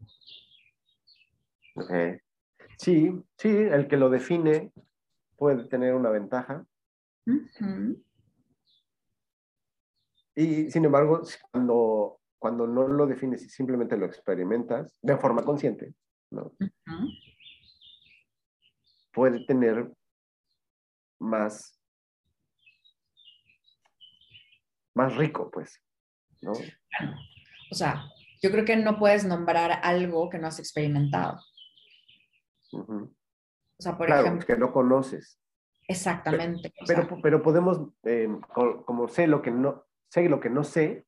Okay. Sí, sí, el que lo define puede tener una ventaja. Y sin embargo, cuando no lo defines y simplemente lo experimentas de forma consciente, ¿no? Puede tener más rico, pues, ¿no? O sea, yo creo que no puedes nombrar algo que no has experimentado. O sea, por Claro, ejemplo, que no conoces. exactamente. Pero podemos, como sé lo que no sé,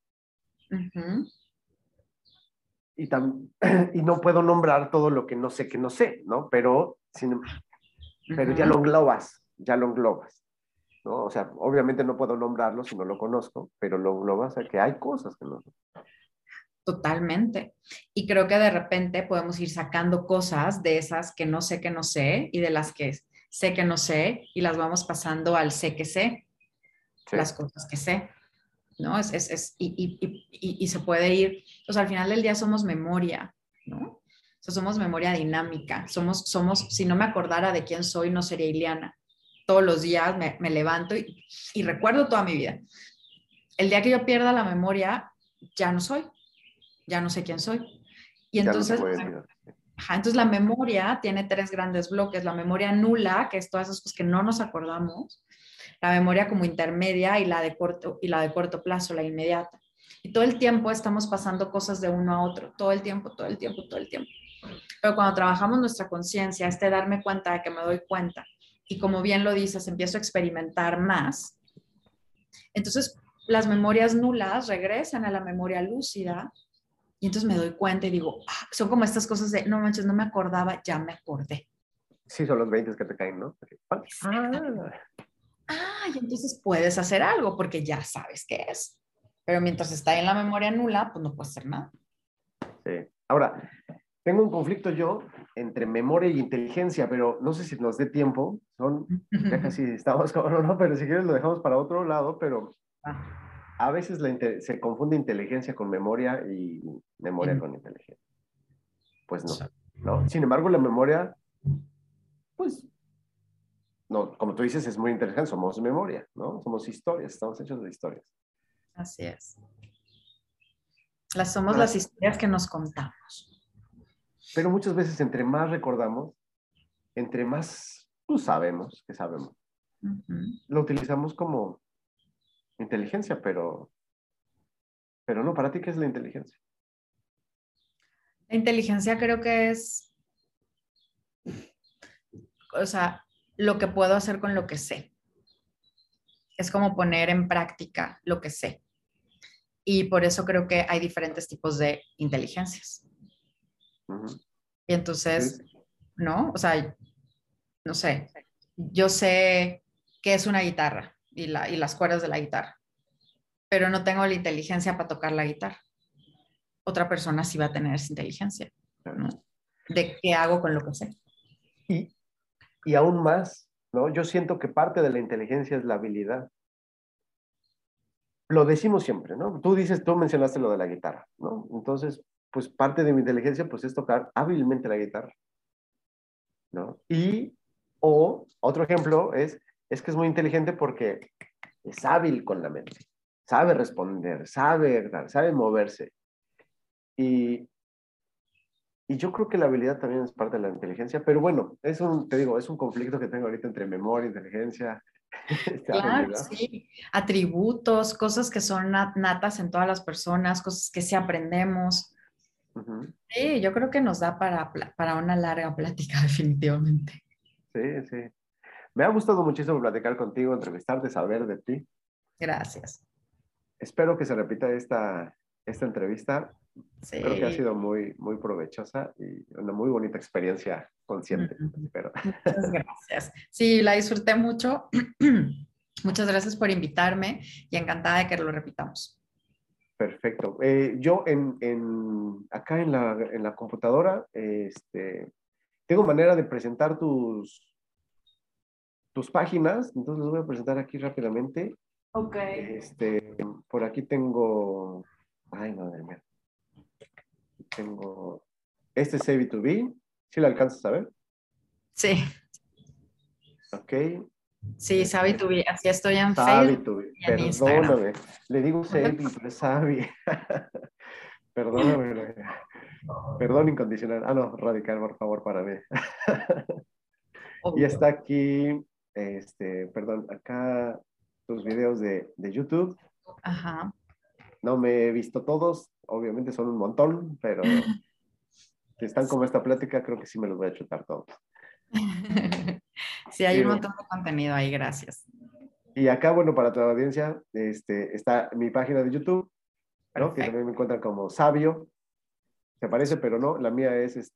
y no puedo nombrar todo lo que no sé, ¿no? Pero ya lo englobas, ¿no? O sea, obviamente no puedo nombrarlo si no lo conozco, pero lo englobas a que hay cosas que no sé. Totalmente. Y creo que de repente podemos ir sacando cosas de esas que no sé, y de las que sé que no sé, y las vamos pasando al sé que sé, Sí. las cosas que sé, ¿no? Y se puede ir, o sea, al final del día somos memoria, ¿no? O sea, somos memoria dinámica, si no me acordara de quién soy, no sería Ileana. Todos los días me levanto y recuerdo toda mi vida. El día que yo pierda la memoria, ya no soy. Ya no sé quién soy. Y entonces, entonces la memoria tiene 3 grandes bloques. La memoria nula, que es todas esas cosas que no nos acordamos, la memoria como intermedia y la de corto plazo, la inmediata. Y todo el tiempo estamos pasando cosas de uno a otro, todo el tiempo. Pero cuando trabajamos nuestra conciencia, darme cuenta de que me doy cuenta, y como bien lo dices, empiezo a experimentar más, entonces las memorias nulas regresan a la memoria lúcida. Y entonces me doy cuenta y digo, son como estas cosas de, no manches, no me acordaba, ya me acordé. Sí, son los 20 que te caen, ¿no? Y entonces puedes hacer algo porque ya sabes qué es. Pero mientras está en la memoria nula, pues no puedes hacer nada. Sí. Ahora, tengo un conflicto yo entre memoria y inteligencia, pero no sé si nos dé tiempo. Ya casi estamos con, no, pero si quieres lo dejamos para otro lado, pero a veces se confunde inteligencia con memoria y memoria con inteligencia. Pues no, ¿no? Sin embargo, la memoria, pues, no, como tú dices, es muy interesante. Somos memoria, ¿no? Somos historias, estamos hechos de historias. Así es. Somos las historias que nos contamos. Pero muchas veces entre más recordamos, entre más sabemos que sabemos, lo utilizamos como inteligencia, pero no, ¿para ti qué es la inteligencia? La inteligencia creo que es, o sea, lo que puedo hacer con lo que sé. Es como poner en práctica lo que sé. Y por eso creo que hay diferentes tipos de inteligencias. Y entonces, ¿no? O sea, no sé, yo sé qué es una guitarra y las cuerdas de la guitarra, pero no tengo la inteligencia para tocar la guitarra. Otra persona sí va a tener esa inteligencia, ¿no? De qué hago con lo que sé. Y aún más, ¿no? Yo siento que parte de la inteligencia es la habilidad. Lo decimos siempre, ¿no? Tú mencionaste lo de la guitarra, ¿no? Entonces, pues parte de mi inteligencia pues es tocar hábilmente la guitarra, ¿no? O otro ejemplo es que es muy inteligente porque es hábil con la mente, sabe responder, sabe moverse. Y yo creo que la habilidad también es parte de la inteligencia, pero bueno, te digo, es un conflicto que tengo ahorita entre memoria, inteligencia, Claro, habilidad. sí. Atributos, cosas que son natas en todas las personas, cosas que sí aprendemos. Sí, yo creo que nos da para una larga plática, definitivamente. Sí, sí. Me ha gustado muchísimo platicar contigo, entrevistarte, saber de ti. Gracias. Espero que se repita esta entrevista. Sí. Creo que ha sido muy, muy provechosa y una muy bonita experiencia consciente. Espero. Muchas gracias. Sí, la disfruté mucho. Muchas gracias por invitarme y encantada de que lo repitamos. Perfecto. Yo acá en la computadora tengo manera de presentar tus páginas, entonces los voy a presentar aquí rápidamente. Ok. Por aquí tengo, ay, madre mía. Tengo, este es B2B, ¿sí lo alcanzas a ver? Sí. Ok. Sí, Sabi2B, así estoy en Facebook Sabi2B, y en Instagram. perdóname, le digo Sabi, pero es Sabi. Perdóname, perdón incondicional. Ah, no, radical, por favor, para mí. Y está aquí, perdón, acá tus videos de YouTube. Ajá. No me he visto todos, obviamente son un montón, pero si están como esta plática, creo que sí me los voy a chutar todos. Sí, hay un montón de contenido ahí, gracias. Y acá, bueno, para toda la audiencia, está mi página de YouTube, ¿no? Que también me encuentran como Sabio, ¿te parece? Pero no, la mía es,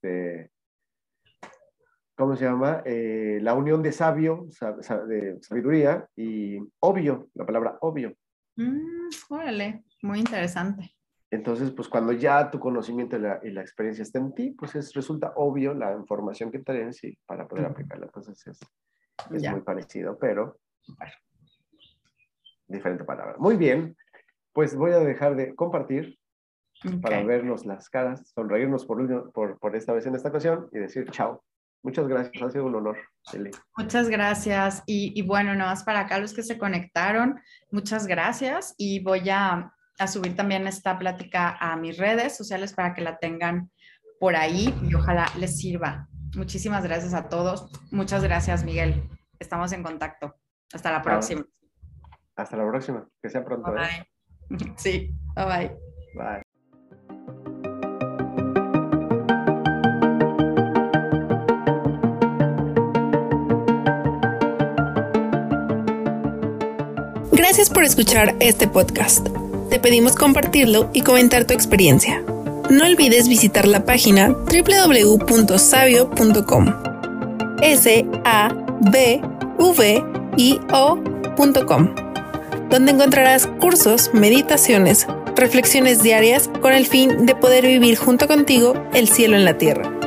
¿cómo se llama? La unión de sabio, de sabiduría, y obvio, la palabra obvio. Órale, muy interesante. Entonces, pues cuando ya tu conocimiento y la experiencia está en ti, pues resulta obvio la información que traes y para poder aplicarla. Entonces es muy parecido, pero bueno, diferente palabra. Muy bien, pues voy a dejar de compartir para vernos las caras, sonreírnos por esta vez en esta ocasión y decir chao. Muchas gracias, ha sido un honor, Eli. Muchas gracias. Y bueno, nada más para acá los que se conectaron, muchas gracias. Y voy a subir también esta plática a mis redes sociales para que la tengan por ahí y ojalá les sirva. Muchísimas gracias a todos. Muchas gracias, Miguel. Estamos en contacto. Hasta la próxima. Hasta la próxima. Que sea pronto. Bye. Sí, bye bye. Bye. Gracias por escuchar este podcast. Te pedimos compartirlo y comentar tu experiencia. No olvides visitar la página www.sabio.com sabvio.com, donde encontrarás cursos, meditaciones, reflexiones diarias con el fin de poder vivir junto contigo el cielo en la tierra.